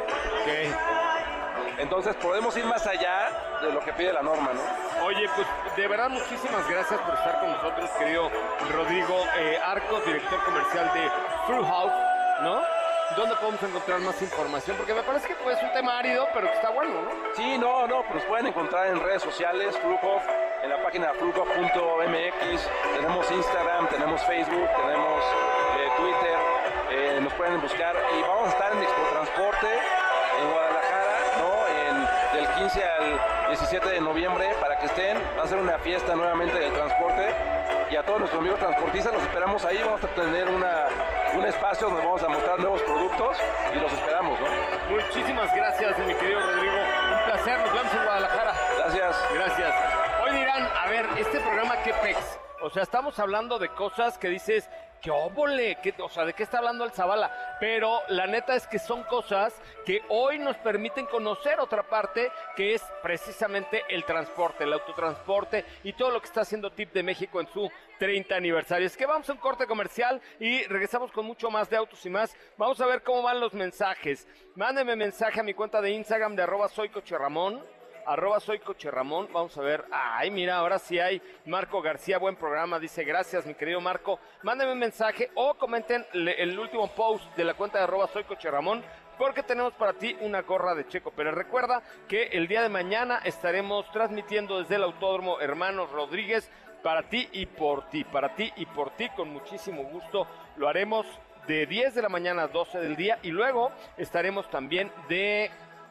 Ok. Entonces podemos ir más allá de lo que pide la norma, ¿no? Oye, pues de verdad muchísimas gracias por estar con nosotros, querido Rodrigo eh, Arcos, director comercial de Fruit House, ¿no? ¿Dónde podemos encontrar más información? Porque me parece que pues, es un tema árido, pero que está bueno, ¿no? Sí, no, no, pues nos pueden encontrar en redes sociales, Fruithof, en la página fruithof punto m x, tenemos Instagram, tenemos Facebook, tenemos eh, Twitter, eh, nos pueden buscar y vamos a estar en Expo Transporte en Guadalajara, ¿no? En, del quince al diecisiete de noviembre, para que estén, va a ser una fiesta nuevamente del transporte y a todos nuestros amigos transportistas los esperamos ahí, vamos a tener una, un espacio donde vamos a mostrar nuevos productos y los esperamos, ¿no? Muchísimas gracias, mi querido Rodrigo, un placer, nos vemos en Guadalajara. Gracias. Gracias. Hoy dirán, a ver, este programa, ¿qué pex? O sea, estamos hablando de cosas que dices, ¡qué óvole! ¿Qué, o sea, ¿de qué está hablando el Zavala? Pero la neta es que son cosas que hoy nos permiten conocer otra parte, que es precisamente el transporte, el autotransporte y todo lo que está haciendo T I P de México en su treinta aniversario. Es que vamos a un corte comercial y regresamos con mucho más de Autos y Más. Vamos a ver cómo van los mensajes. Mándenme mensaje a mi cuenta de Instagram de arroba soy Coche Ramón. Arroba soy Coche Ramón, vamos a ver, ay mira, ahora sí hay Marco García, buen programa, dice gracias mi querido Marco, mándenme un mensaje o comenten le, el último post de la cuenta de arroba soy Coche Ramón, porque tenemos para ti una gorra de Checo Pérez. Recuerda que el día de mañana estaremos transmitiendo desde el Autódromo Hermanos Rodríguez, para ti y por ti, para ti y por ti, con muchísimo gusto lo haremos de diez de la mañana a doce del día y luego estaremos también de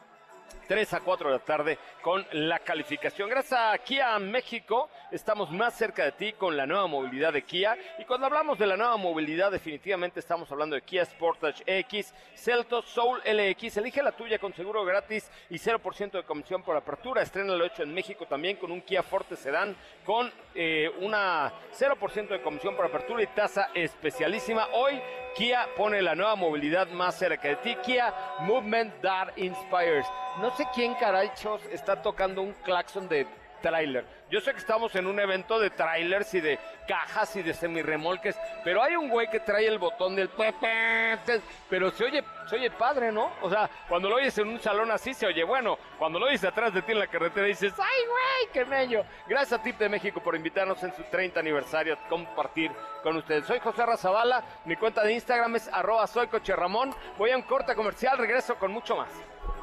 tres a cuatro de la tarde con la calificación. Gracias a Kia México, estamos más cerca de ti con la nueva movilidad de Kia. Y cuando hablamos de la nueva movilidad, definitivamente estamos hablando de Kia Sportage X, Seltos, Soul L X. Elige la tuya con seguro gratis y cero por ciento de comisión por apertura. Estrénalo hecho en México también con un Kia Forte Sedán con eh, una cero por ciento de comisión por apertura y tasa especialísima. Hoy Kia pone la nueva movilidad más cerca de ti. Kia Movement That Inspires. No sé quién carachos está tocando un claxon de tráiler. Yo sé que estamos en un evento de trailers y de cajas y de semirremolques, pero hay un güey que trae el botón del pero se oye, se oye padre, ¿no? O sea, cuando lo oyes en un salón así se oye bueno. Cuando lo oyes atrás de ti en la carretera dices, ¡ay, güey, qué bello! Gracias a T I P de México por invitarnos en su treinta aniversario a compartir con ustedes. Soy José Razabala, mi cuenta de Instagram es arroba soy Coche Ramón. Voy a un corte comercial, regreso con mucho más.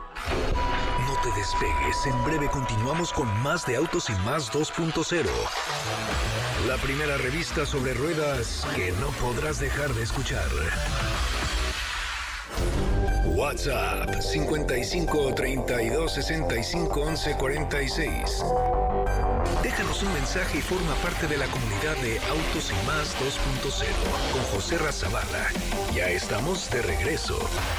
No te despegues, en breve continuamos con más de Autos y Más dos punto cero. La primera revista sobre ruedas que no podrás dejar de escuchar. WhatsApp cincuenta y cinco, treinta y dos, sesenta y cinco, once, cuarenta y seis. Déjanos un mensaje y forma parte de la comunidad de Autos y Más dos punto cero con José Razabala. Ya estamos de regreso.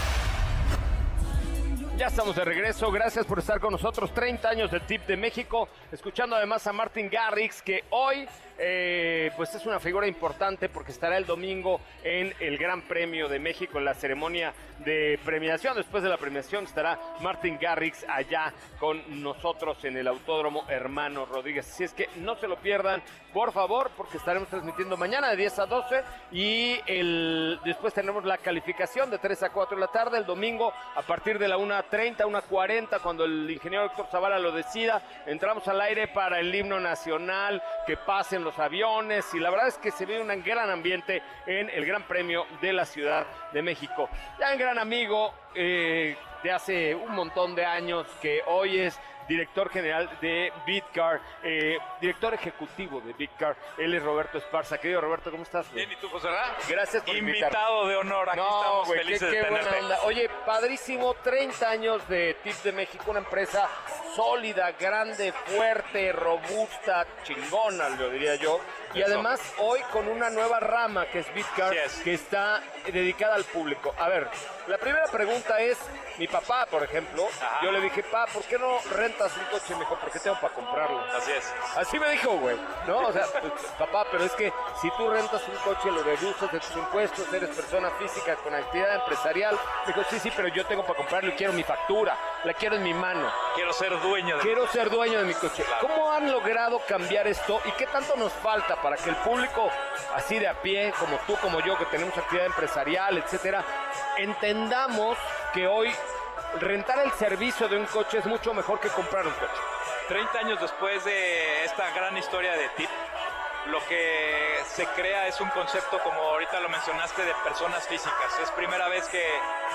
Ya estamos de regreso, gracias por estar con nosotros, treinta años de T I P de México, escuchando además a Martin Garrix, que hoy eh, pues es una figura importante porque estará el domingo en el Gran Premio de México, en la ceremonia de premiación. Después de la premiación estará Martin Garrix allá con nosotros en el Autódromo Hermanos Rodríguez, así es que no se lo pierdan, por favor, porque estaremos transmitiendo mañana de diez a doce y el, después tenemos la calificación de tres a cuatro de la tarde, el domingo a partir de la una treinta, una cuarenta, cuando el ingeniero Héctor Zavala lo decida, entramos al aire para el himno nacional, que pasen los aviones y la verdad es que se ve un gran ambiente en el Gran Premio de la Ciudad de México. Ya un gran amigo eh, de hace un montón de años, que hoy es director general de Bitcar, eh, director ejecutivo de Bitcar, él es Roberto Esparza. Querido Roberto, ¿cómo estás? Bien, ¿y tú, José Ra? Gracias por invitado de honor, aquí no, estamos güey, felices qué, qué de tenerte. buena onda. Oye, padrísimo, treinta años de T I P de México, una empresa sólida, grande, fuerte, robusta, chingona, lo diría yo. Y Eso. además hoy con una nueva rama que es Bitcar, Sí es. que está dedicada al público. A ver, la primera pregunta es, mi papá, por ejemplo, Ajá. yo le dije, pa, ¿por qué no rentas un coche? Me dijo, ¿por qué tengo para comprarlo? Así es. Así me dijo, güey, ¿no? O sea, pues, papá, pero es que si tú rentas un coche, lo deduces de tus impuestos, eres persona física con actividad empresarial. Me dijo, sí, sí, pero yo tengo para comprarlo y quiero mi factura, la quiero en mi mano. Quiero ser dueño de Quiero ser dueño de mi coche. Claro. ¿Cómo han logrado cambiar esto y qué tanto nos falta para que el público, así de a pie, como tú, como yo, que tenemos actividad empresarial, etcétera, entendamos que hoy rentar el servicio de un coche es mucho mejor que comprar un coche? treinta años después de esta gran historia de Tip, lo que se crea es un concepto, como ahorita lo mencionaste, de personas físicas. Es primera vez que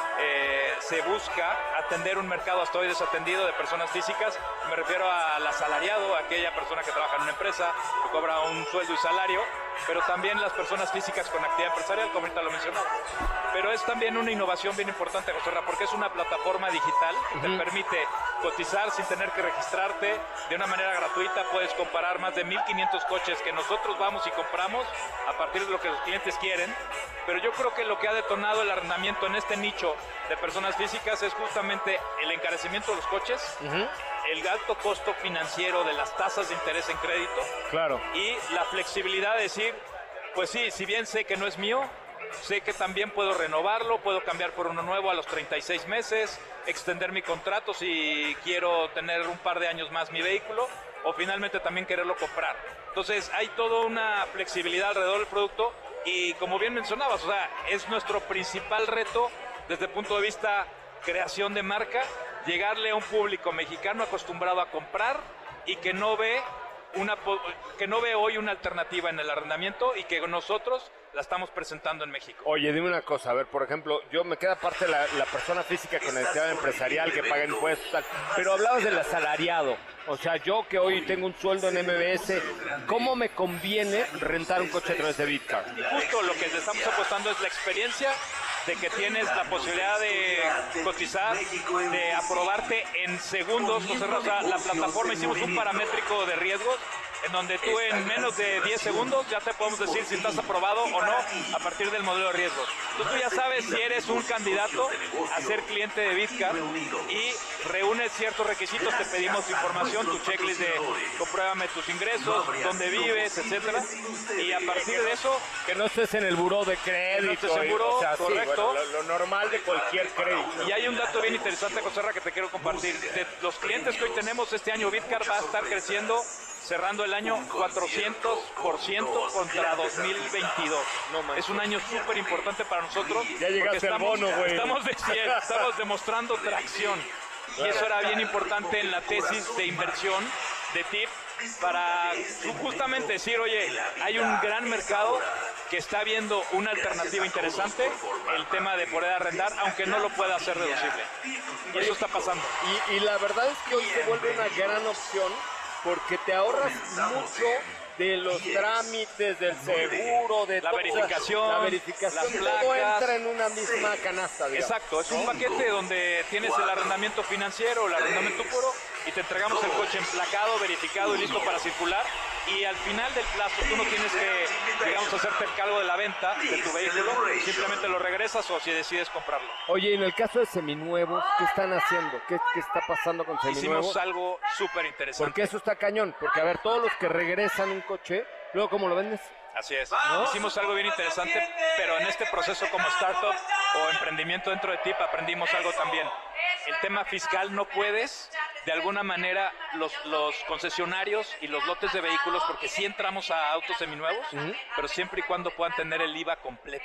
eh, se busca atender un mercado hasta hoy desatendido de personas físicas. Me refiero al asalariado, a aquella persona que trabaja en una empresa, que cobra un sueldo y salario, pero también las personas físicas con actividad empresarial, como ahorita lo mencionaba. Pero es también una innovación bien importante, José Ra, porque es una plataforma digital que te permite cotizar sin tener que registrarte de una manera gratuita. Puedes comparar más de mil quinientos coches que nosotros vamos y compramos a partir de lo que los clientes quieren. Pero yo creo que lo que ha detonado el arrendamiento en este nicho de personas físicas es justamente el encarecimiento de los coches, uh-huh. el alto costo financiero de las tasas de interés en crédito, claro, y la flexibilidad de decir, pues sí, si bien sé que no es mío, sé que también puedo renovarlo, puedo cambiar por uno nuevo a los treinta y seis meses, extender mi contrato si quiero tener un par de años más mi vehículo, o finalmente también quererlo comprar. Entonces hay toda una flexibilidad alrededor del producto y, como bien mencionabas, o sea, es nuestro principal reto desde el punto de vista creación de marca, llegarle a un público mexicano acostumbrado a comprar y que no ve una que no ve hoy una alternativa en el arrendamiento y que nosotros la estamos presentando en México. Oye, dime una cosa, a ver, por ejemplo, yo me queda aparte la, la persona física con actividad empresarial que paga impuestos, tal, pero hablabas del asalariado. O sea, yo que hoy tengo un sueldo en M B S, ¿cómo me conviene rentar un coche a través de Bitcar? Justo lo que le estamos apostando es la experiencia de que tienes la posibilidad de cotizar, de aprobarte en segundos. O sea, la plataforma, hicimos un paramétrico de riesgos en donde tú en menos de diez segundos ya te podemos decir si estás aprobado o no a partir del modelo de riesgos. Entonces tú ya sabes si eres un candidato a ser cliente de Bitcar y reúnes ciertos requisitos, te pedimos información, tu checklist de compruébame tus ingresos, dónde vives, etcétera, y a partir de eso... Que no estés en el buró de crédito. No estés en buró, o sea, correcto. Sí, bueno, lo, lo normal de cualquier crédito. Y hay un dato bien interesante, José Ra, que te quiero compartir. De los clientes que hoy tenemos este año, Bitcar va a estar creciendo, cerrando el año cuatrocientos por ciento contra dos mil veintidós. No, es un año súper importante para nosotros. Ya llegaste estamos, al bono, güey. Estamos, de, estamos demostrando tracción. Y eso era bien importante en la tesis de inversión de Tip, para justamente decir, oye, hay un gran mercado que está viendo una alternativa interesante, el tema de poder arrendar, aunque no lo pueda hacer reducible. Y eso está pasando. Y, y la verdad es que hoy se vuelve una gran opción porque te ahorras mucho de los trámites, del seguro, de la todo, verificación, la verificación, las placas, todo entra en una misma canasta, digamos. Exacto, es un paquete donde tienes el arrendamiento financiero, el arrendamiento puro, y te entregamos el coche emplacado, verificado y listo para circular. Y al final del plazo tú no tienes que, digamos, hacerte el cargo de la venta de tu vehículo, simplemente lo regresas o si decides comprarlo. Oye, en el caso de seminuevos, ¿qué están haciendo? ¿Qué, qué está pasando con seminuevos? Hicimos algo súper interesante. Porque eso está cañón, porque a ver, todos los que regresan un coche, luego ¿cómo lo vendes? Así es, ¿no? Hicimos algo bien interesante, pero en este proceso como startup o emprendimiento dentro de Tip aprendimos algo también. El tema fiscal, no puedes, de alguna manera, los, los concesionarios y los lotes de vehículos, porque sí entramos a autos seminuevos, uh-huh. pero siempre y cuando puedan tener el I V A completo.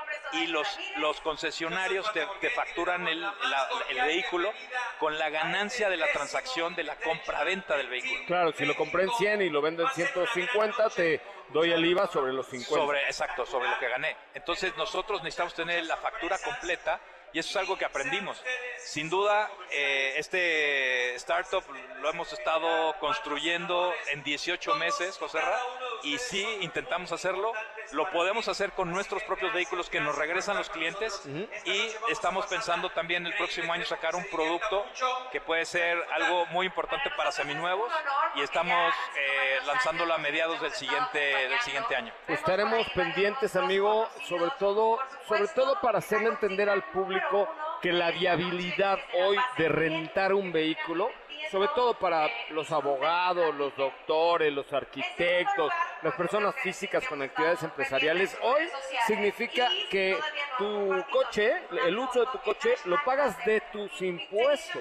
Y los, los concesionarios te, te facturan el, la, el vehículo con la ganancia de la transacción de la compra-venta del vehículo. Claro, si lo compré en cien y lo vendo en ciento cincuenta, te doy el I V A sobre los cincuenta. Sobre, exacto, sobre lo que gané. Entonces nosotros necesitamos tener la factura completa y eso es algo que aprendimos. Sin duda, eh, este startup lo hemos estado construyendo en dieciocho meses, José Ra, y sí intentamos hacerlo. Lo podemos hacer con nuestros propios vehículos que nos regresan los clientes, uh-huh. y estamos pensando también el próximo año sacar un producto que puede ser algo muy importante para seminuevos y estamos eh, lanzándolo a mediados del siguiente, del siguiente año. Estaremos pendientes, amigo, sobre todo, sobre todo para hacerle entender al público que la viabilidad hoy de rentar un vehículo, sobre todo para los abogados, los doctores, los arquitectos, las personas físicas con actividades empresariales, hoy significa que tu coche, el uso de tu coche, lo pagas de tus impuestos.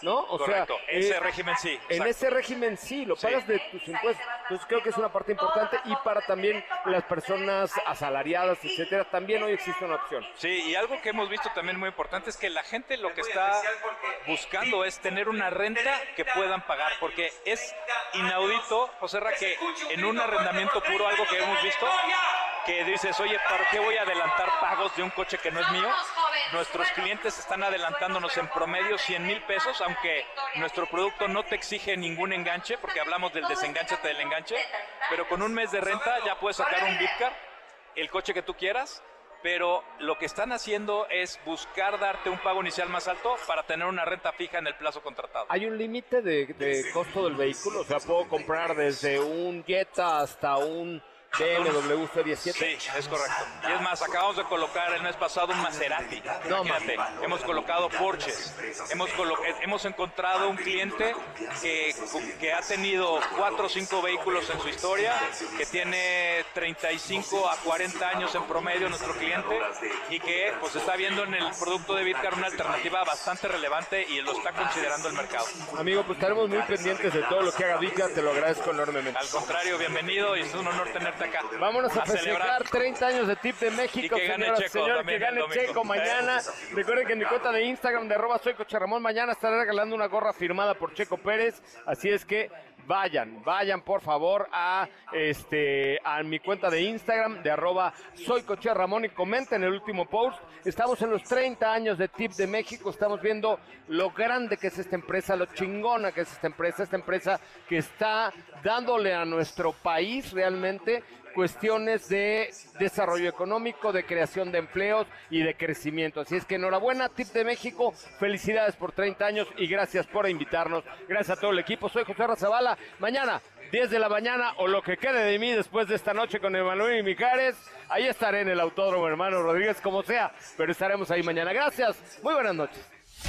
¿no? O Correcto, sea, ese eh, régimen sí. En exacto. ese régimen sí, lo pagas Sí. de tus impuestos. Entonces creo que es una parte importante y para también las personas asalariadas, etcétera, también hoy existe una opción. Sí, y algo que hemos visto también muy importante es que la gente lo que está buscando es tener una renta que puedan pagar, porque es inaudito, José Ra, que en un arrendamiento puro, algo que hemos visto, que dices, oye, ¿para qué voy a adelantar pagos de un coche que no es mío? Nuestros clientes están adelantándonos en promedio cien mil pesos, aunque nuestro producto no te exige ningún enganche, porque hablamos del desenganchate del enganche, pero con un mes de renta ya puedes sacar un Bitcar, el coche que tú quieras, pero lo que están haciendo es buscar darte un pago inicial más alto para tener una renta fija en el plazo contratado. ¿Hay un límite de, de costo del vehículo? O sea, ¿puedo comprar desde un Jetta hasta un B M W C diecisiete? Sí, es correcto. Y es más, acabamos de colocar el mes pasado un Maserati. No, Imagínate, hemos colocado Porsches. Hemos, colo hemos encontrado un cliente que, que ha tenido cuatro o cinco vehículos en su historia, que tiene treinta y cinco a cuarenta años en promedio nuestro cliente y que pues está viendo en el producto de Bitcar una alternativa bastante relevante y lo está considerando el mercado. Amigo, pues estaremos muy pendientes de todo lo que haga Bitcar, te lo agradezco enormemente. Al contrario, bienvenido y es un honor tenerte acá. Vámonos a, a festejar celebrar. treinta años de Tip de México, y que gane señoras, Checo, señores, que gane Checo mañana. Recuerden que en mi cuenta de Instagram de arroba soy Coche Ramón mañana estaré regalando una gorra firmada por Checo Pérez, así es que vayan, vayan por favor a este a mi cuenta de Instagram de arroba soy Coche Ramón y comenten el último post. Estamos en los treinta años de Tip de México, estamos viendo lo grande que es esta empresa, lo chingona que es esta empresa, esta empresa que está dándole a nuestro país realmente cuestiones de desarrollo económico, de creación de empleos y de crecimiento. Así es que enhorabuena, Tip de México, felicidades por treinta años y gracias por invitarnos. Gracias a todo el equipo, soy José Razabala. Mañana, diez de la mañana o lo que quede de mí después de esta noche con Emanuel y Mijares, ahí estaré en el Autódromo Hermano Rodríguez, como sea, pero estaremos ahí mañana. Gracias, muy buenas noches.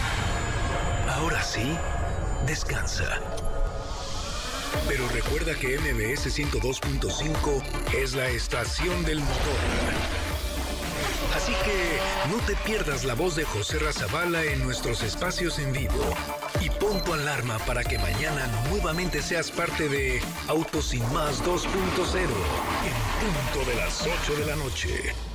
Ahora sí, descansa. Pero recuerda que M B S ciento dos punto cinco es la estación del motor. Así que no te pierdas la voz de José Razabala en nuestros espacios en vivo. Y pon tu alarma para que mañana nuevamente seas parte de Autos Sin Más dos punto cero en punto de las ocho de la noche.